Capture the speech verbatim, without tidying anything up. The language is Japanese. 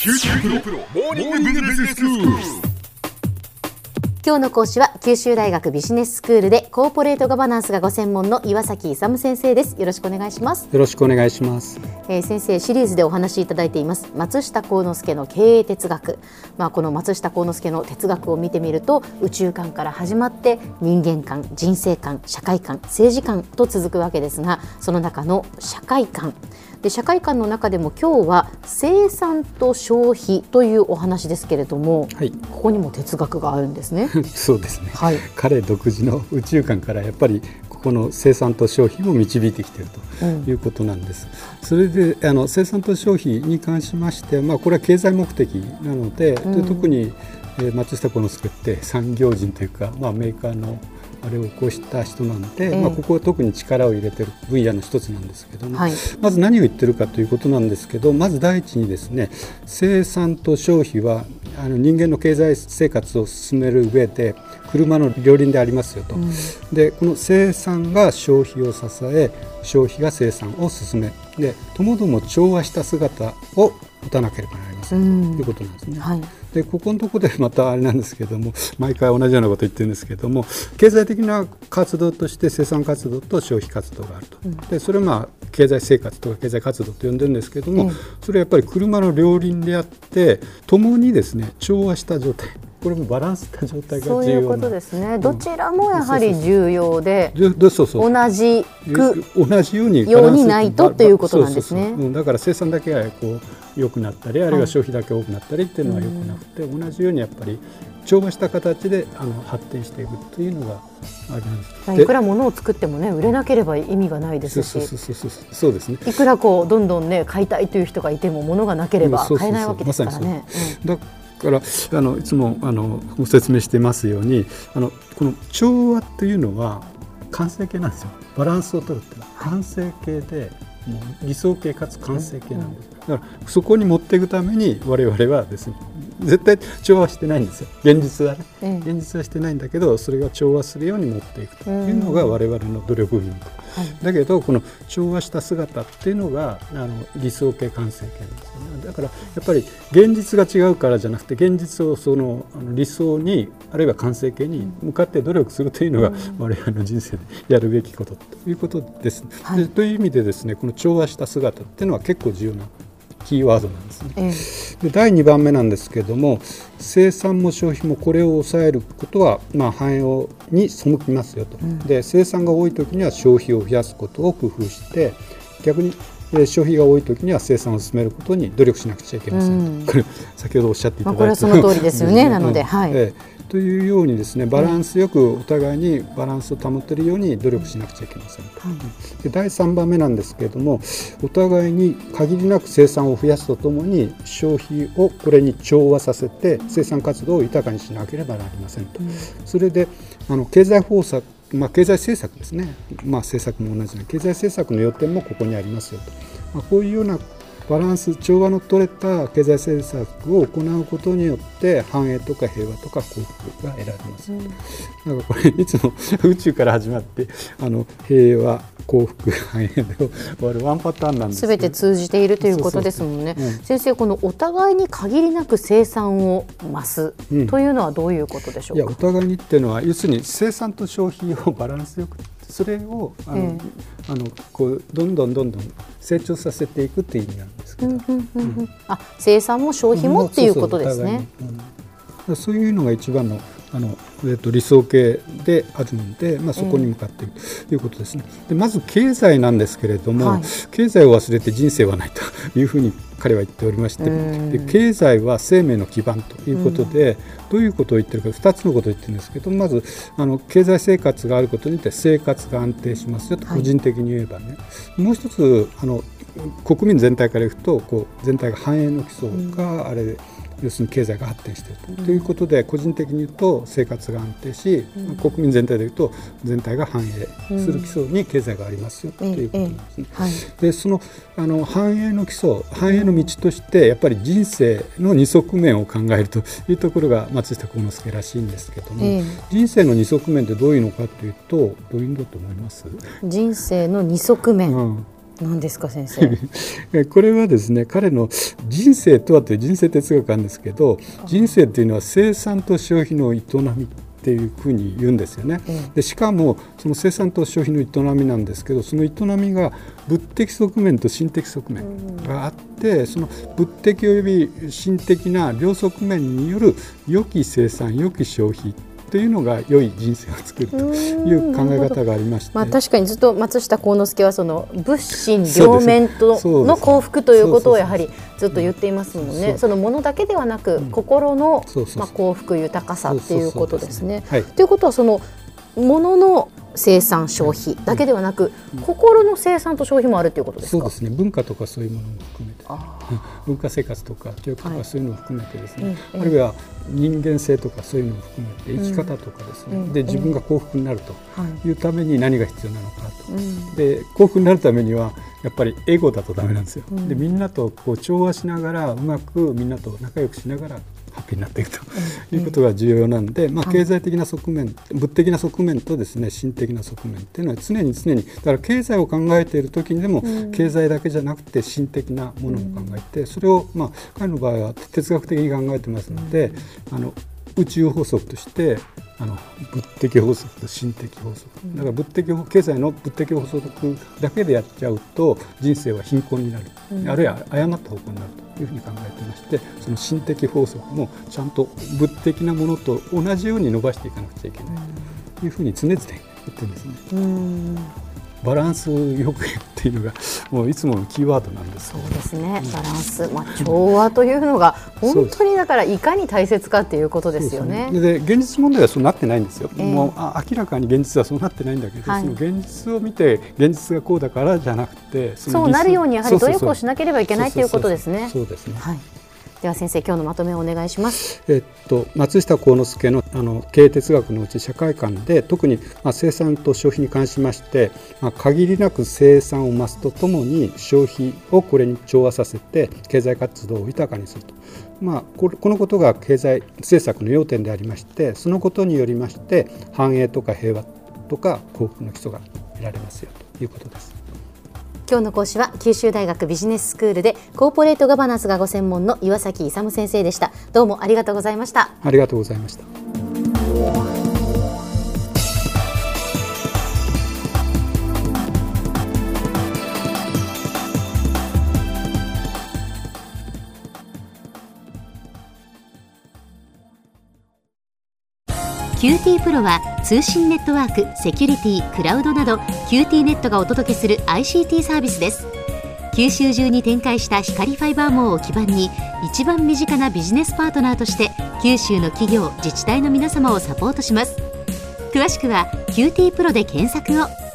九州大学モーニングビジネススクール。 今日の講師は九州大学ビジネススクールでコーポレートガバナンスがご専門の岩崎勇先生です。よろしくお願いします。 よろしくお願いします。 えー、先生、シリーズでお話しいただいています松下幸之助の経営哲学、まあ、この松下幸之助の哲学を見てみると、宇宙観から始まって人間観、人生観、社会観、政治観と続くわけですが、その中の社会観で、社会観の中でも今日は生産と消費というお話ですけれども、はい、ここにも哲学があるんですね。 そうですね、 はい、 彼独自の宇宙観からやっぱりここの生産と消費も導いてきているということなんです、うん、それであの生産と消費に関しまして、まあ、これは経済目的なので、うん、で特に、えー、松下幸之助って産業人というか、まあ、メーカーのあれを起こした人なので、えーまあ、ここは特に力を入れている分野の一つなんですけども、はい、まず何を言ってるかということなんですけど、まず第一にですね、生産と消費はあの人間の経済生活を進める上で車の両輪でありますよと、うん、でこの生産が消費を支え、消費が生産を進め、でともども調和した姿を持たなければなりません、うん、ということなんですね、はい、でここのところでまたあれなんですけども、毎回同じようなこと言ってるんですけども、経済的な活動として生産活動と消費活動があると、うん、でそれはまあ経済生活とか経済活動と呼んでるんですけども、うん、それはやっぱり車の両輪であって、ともにですね調和した状態、これもバランスした状態が重要な、そういうことですね。 どちらもやはり重要で、同じく同じようにようにないとということなんですね。 そうそうそう、だから生産だけがこう良くなったり、あるいは消費だけ多くなったりっていうのは良くなくて、はい、同じようにやっぱり調和した形であの発展していくというのがあります。 いくら物を作ってもね、売れなければ意味がないですし、 そうそうそうそう、そうですね。 いくらこうどんどんね買いたいという人がいても物がなければ買えないわけですからね。 だからあのいつもあのご説明していますように、あのこの調和というのは完成形なんですよ。バランスを取るっていうのは完成形で、もう理想形かつ完成形なんです、うん、だからそこに持っていくために我々はですね、絶対調和してないんですよ。現実はね、うん、現実はしてないんだけど、それが調和するように持っていくというのが我々の努力義務と、はい、だけどこの調和した姿っていうのがあの理想形完成形なんですよね。だからやっぱり現実が違うからじゃなくて、現実をそのあの理想に、あるいは完成形に向かって努力するというのが我々の人生でやるべきことということです、はい、でという意味でですね、この調和した姿っていうのは結構重要なキーワードなんですね、ええ、でだいにばんめなんですけれども、生産も消費もこれを抑えることは、まあ、繁栄に背きますよと、うん、で生産が多い時には消費を増やすことを工夫して、逆に消費が多い時には生産を進めることに努力しなくちゃいけません、うん、これ先ほどおっしゃっていただいた、まあ、 これはその通りですよねなので、はい、 ええというようにですね、バランスよくお互いにバランスを保てるように努力しなくちゃいけません、うん、でだいさんばんめなんですけれども、お互いに限りなく生産を増やすとともに消費をこれに調和させて生産活動を豊かにしなければなりませんと、うん、それであの経済方策、まあ、経済政策ですね、まあ、政策も同じで経済政策の要点もここにありますよと、まあ、こういうようなバランス、調和の取れた経済政策を行うことによって繁栄とか平和とか幸福が得られます、うん、だからこれいつも宇宙から始まってあの平和幸福繁栄で終わるワンパターンなんですけど、 全て通じているということですもんね。そうそうそう、うん、先生、このお互いに限りなく生産を増すというのはどういうことでしょうか。 うん、いやお互いにっていうのは要するに生産と消費をバランスよく、それをあの、えー、あのこうどんどんどんどん成長させていくっていう意味なんですけど、うんうんうんうん、 あ生産も消費もっていうことですね。 そうそう、うん、そういうのが一番のあの、えー、と理想形であるので、まあ、そこに向かっているということですね。でまず経済なんですけれども、はい、経済を忘れて人生はないというふうに彼は言っておりまして、で経済は生命の基盤ということで、うん、どういうことを言ってるかふたつのことを言ってるんですけど、まずあの経済生活があることによって生活が安定しますよと、個人的に言えばね、はい、もう一つあの国民全体からいくとこう全体が繁栄の基礎があれで、うん要するに経済が発展していると、うん、ということで個人的に言うと生活が安定し、うん、国民全体で言うと全体が繁栄する基礎に経済がありますよ、うん、ということなんですね、ええはい、でその、あの繁栄の基礎、繁栄の道としてやっぱり人生の二側面を考えるというところが松下幸之助らしいんですけども、ええ、人生の二側面ってどういうのかというとどういうのだと思います？ 人生の二側面、うん何ですか先生。 これはですね、彼の人生とはという人生哲学なんですけど、人生というのは生産と消費の営みっていうふうに言うんですよね。でしかもその生産と消費の営みなんですけど、その営みが物的側面と心的側面があって、その物的および心的な両側面による良き生産良き消費というのが良い人生を作るという考え方がありまして、 まあ、確かにずっと松下幸之助はその物心両面との幸福ということをやはりずっと言っていますもんね。そのものだけではなく、うん、心のまあ幸福豊かさっていうことですね。ということはそのものの生産消費だけではなく、うん、心の生産と消費もあるということですか。 そうですね。文化とかそういうものも含めて、文化生活とか教育とかそういうのを含めてですね、はい、あるいは人間性とかそういうのを含めて生き方とかですね、うん、で自分が幸福になるというために何が必要なのかと、うん、で幸福になるためにはやっぱりエゴだとダメなんですよ、うん、でみんなとこう調和しながらうまくみんなと仲良くしながらハッピーになっていくということが重要なんで、まあ、経済的な側面、物的な側面とですね心的な側面っていうのは常に常にだから経済を考えている時にでも経済だけじゃなくて心的なものも考えて、それをまあ彼の場合は哲学的に考えてますので、あの宇宙法則としてあの物的法則と心的法則だから物的経済の物的法則だけでやっちゃうと人生は貧困になる、うん、あるいは誤った方向になるというふうに考えていまして、その心的法則もちゃんと物的なものと同じように伸ばしていかなくちゃいけないというふうに常々言ってるんですね。うん、バランスよくっていうのがもういつものキーワードなんです。 そうですね、バランス、まあ、調和というのが本当にだからいかに大切かっていうことですよね。 で、で現実問題はそうなってないんですよ、えー、もうあ明らかに現実はそうなってないんだけど、はい、その現実を見て現実がこうだからじゃなくて、そのそうなるようにやはり努力をしなければいけないということですね。 そうですね。 はい、では先生、今日のまとめをお願いします。 えっと、松下幸之助の、あの経営哲学のうち社会観で特に、まあ、生産と消費に関しまして、まあ、限りなく生産を増すとともに消費をこれに調和させて経済活動を豊かにすると、まあ、こ, このことが経済政策の要点でありまして、そのことによりまして繁栄とか平和とか幸福の基礎が得られますよということです。 今日の講師は九州大学ビジネススクールでコーポレートガバナンスがご専門の岩崎勇先生でした。どうもありがとうございました。 ありがとうございました。 キューティー プロは通信ネットワーク、セキュリティ、クラウドなど キューティー ネットがお届けする アイシーティー サービスです。九州中に展開した光ファイバー網を基盤に一番身近なビジネスパートナーとして九州の企業、自治体の皆様をサポートします。詳しくは キューティー プロで検索を。